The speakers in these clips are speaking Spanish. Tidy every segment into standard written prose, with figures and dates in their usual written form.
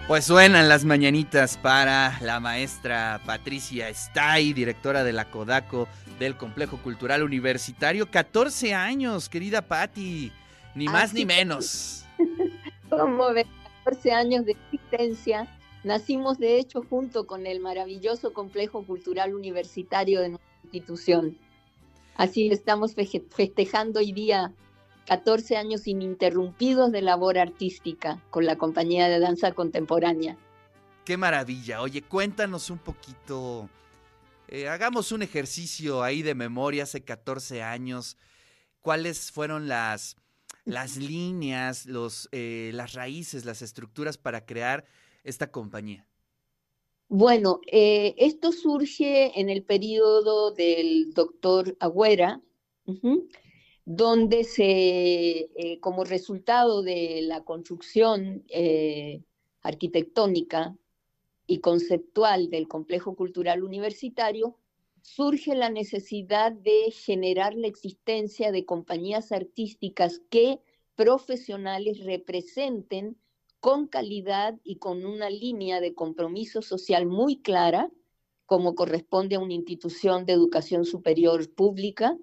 Pues suenan las mañanitas para la maestra Patricia Stay, directora de la Kodaco del Complejo Cultural Universitario. 14 años, querida Pati, ni más ni Así menos. como de 14 años de existencia, nacimos de hecho junto con el maravilloso Complejo Cultural Universitario de nuestra institución. Así estamos festejando hoy día 14 años ininterrumpidos de labor artística con la compañía de danza contemporánea. Qué maravilla. Oye, cuéntanos un poquito, hagamos un ejercicio ahí de memoria hace 14 años. ¿Cuáles fueron las líneas, las raíces, las estructuras para crear esta compañía? Bueno, esto surge en el periodo del doctor Agüera, ujú, donde como resultado de la construcción arquitectónica y conceptual del complejo cultural universitario, surge la necesidad de generar la existencia de compañías artísticas que profesionales representen con calidad y con una línea de compromiso social muy clara, como corresponde a una institución de educación superior pública,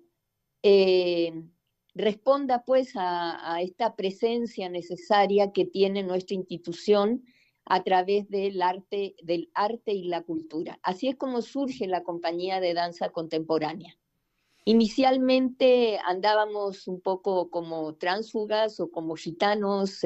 eh, responda pues a esta presencia necesaria que tiene nuestra institución a través del arte y la cultura. Así es como surge la compañía de danza contemporánea. Inicialmente andábamos un poco como tránsfugas o como gitanos,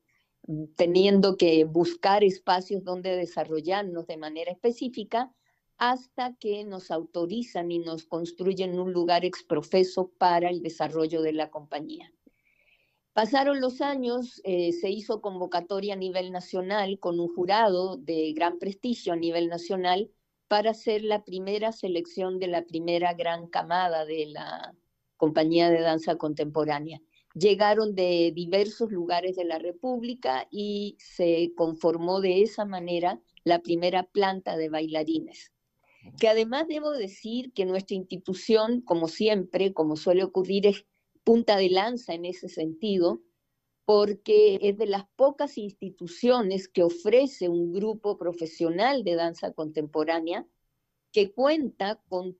teniendo que buscar espacios donde desarrollarnos de manera específica, hasta que nos autorizan y nos construyen un lugar exprofeso para el desarrollo de la compañía. Pasaron los años, se hizo convocatoria a nivel nacional con un jurado de gran prestigio a nivel nacional para hacer la primera selección de la primera gran camada de la compañía de danza contemporánea. Llegaron de diversos lugares de la República y se conformó de esa manera la primera planta de bailarines. Que además debo decir que nuestra institución, como siempre, como suele ocurrir, es punta de lanza en ese sentido, porque es de las pocas instituciones que ofrece un grupo profesional de danza contemporánea que cuenta con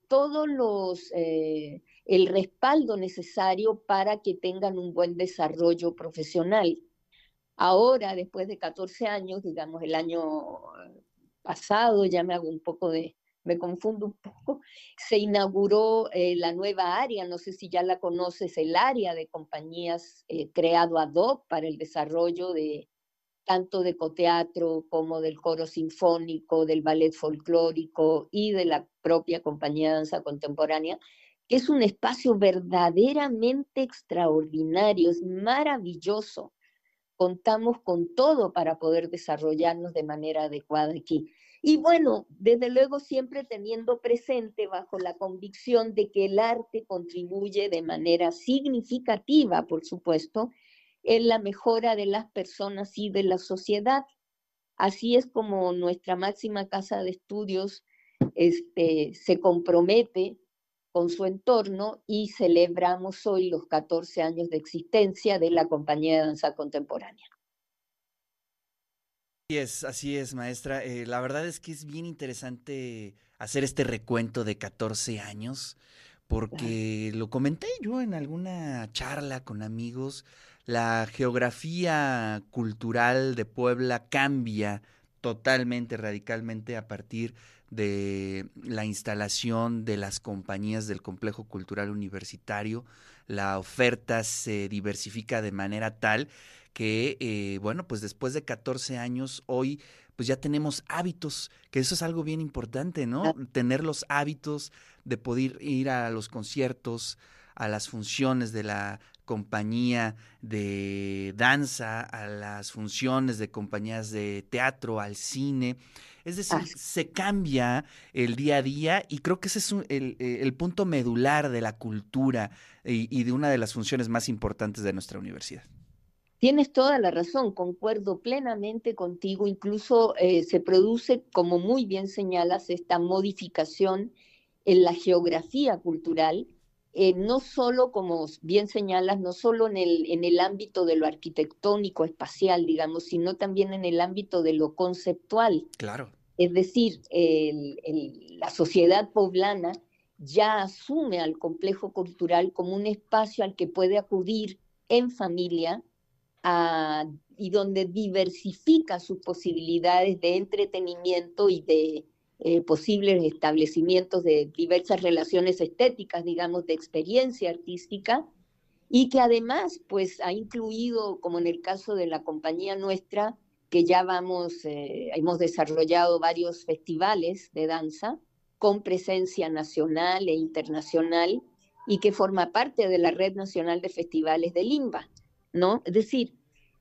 el respaldo necesario para que tengan un buen desarrollo profesional. Ahora, después de 14 años, digamos el año pasado, ya me hago un poco me confundo un poco, se inauguró la nueva área, no sé si ya la conoces, el área de compañías creado ad hoc para el desarrollo de tanto de coteatro como del coro sinfónico, del ballet folclórico y de la propia compañía de danza contemporánea, que es un espacio verdaderamente extraordinario, es maravilloso. Contamos con todo para poder desarrollarnos de manera adecuada aquí. Y bueno, desde luego siempre teniendo presente bajo la convicción de que el arte contribuye de manera significativa, por supuesto, en la mejora de las personas y de la sociedad. Así es como nuestra máxima casa de estudios se compromete con su entorno y celebramos hoy los 14 años de existencia de la Compañía de Danza Contemporánea. Así es, maestra. La verdad es que es bien interesante hacer este recuento de 14 años, porque lo comenté yo en alguna charla con amigos, la geografía cultural de Puebla cambia totalmente, radicalmente a partir de la instalación de las compañías del Complejo Cultural Universitario. La oferta se diversifica de manera tal que, bueno, pues después de 14 años, hoy pues ya tenemos hábitos, que eso es algo bien importante, ¿no? Tener los hábitos de poder ir a los conciertos, a las funciones de la compañía de danza, a las funciones de compañías de teatro, al cine. Es decir, Así, se cambia el día a día y creo que ese es el punto medular de la cultura y de una de las funciones más importantes de nuestra universidad. tienes toda la razón, concuerdo plenamente contigo. Incluso se produce, como muy bien señalas, esta modificación en la geografía cultural. no solo, como bien señalas, no solo en el ámbito de lo arquitectónico, espacial, digamos, sino también en el ámbito de lo conceptual. Claro, Es decir, la sociedad poblana ya asume al complejo cultural como un espacio al que puede acudir en familia y donde diversifica sus posibilidades de entretenimiento y de posibles establecimientos de diversas relaciones estéticas, digamos, de experiencia artística, y que además pues ha incluido, como en el caso de la compañía nuestra, que ya hemos desarrollado varios festivales de danza con presencia nacional e internacional y que forma parte de la Red Nacional de Festivales de Limba, ¿no? Es decir,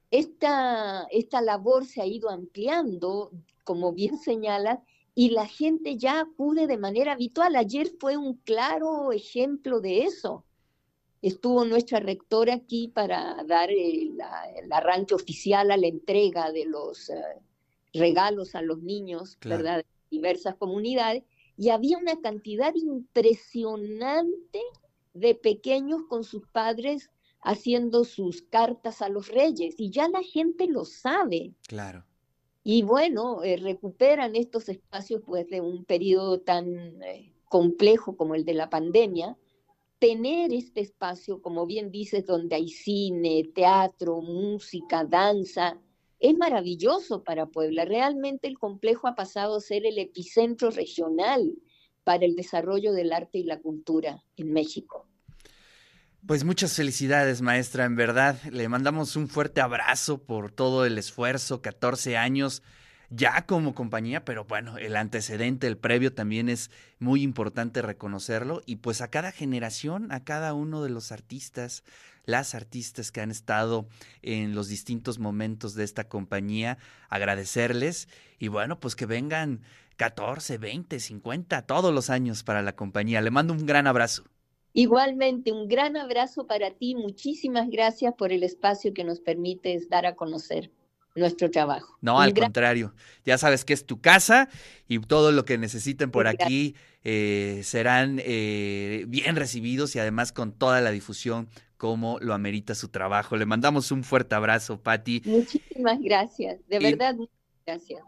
esta labor se ha ido ampliando, como bien señala, y la gente ya acude de manera habitual. Ayer fue un claro ejemplo de eso. Estuvo nuestra rectora aquí para dar el arranque oficial a la entrega de los regalos a los niños, claro. ¿verdad? De diversas comunidades, y había una cantidad impresionante de pequeños con sus padres haciendo sus cartas a los reyes, y ya la gente lo sabe. Claro. Y bueno, recuperan estos espacios pues de un periodo tan complejo como el de la pandemia. Tener este espacio, como bien dices, donde hay cine, teatro, música, danza, es maravilloso para Puebla. Realmente el complejo ha pasado a ser el epicentro regional para el desarrollo del arte y la cultura en México. Pues muchas felicidades, maestra, en verdad. Le mandamos un fuerte abrazo por todo el esfuerzo, 14 años ya como compañía, pero bueno, el antecedente, el previo también es muy importante reconocerlo y pues a cada generación, a cada uno de los artistas, las artistas que han estado en los distintos momentos de esta compañía, agradecerles y bueno, pues que vengan 14, 20, 50, todos los años para la compañía. Le mando un gran abrazo. Igualmente, un gran abrazo para ti. Muchísimas gracias por el espacio que nos permites dar a conocer nuestro trabajo. No, Un al gran contrario, ya sabes que es tu casa y todo lo que necesiten por gracias. aquí serán bien recibidos y además con toda la difusión como lo amerita su trabajo. Le mandamos un fuerte abrazo, Patti. Muchísimas gracias. De Y verdad, muchas gracias.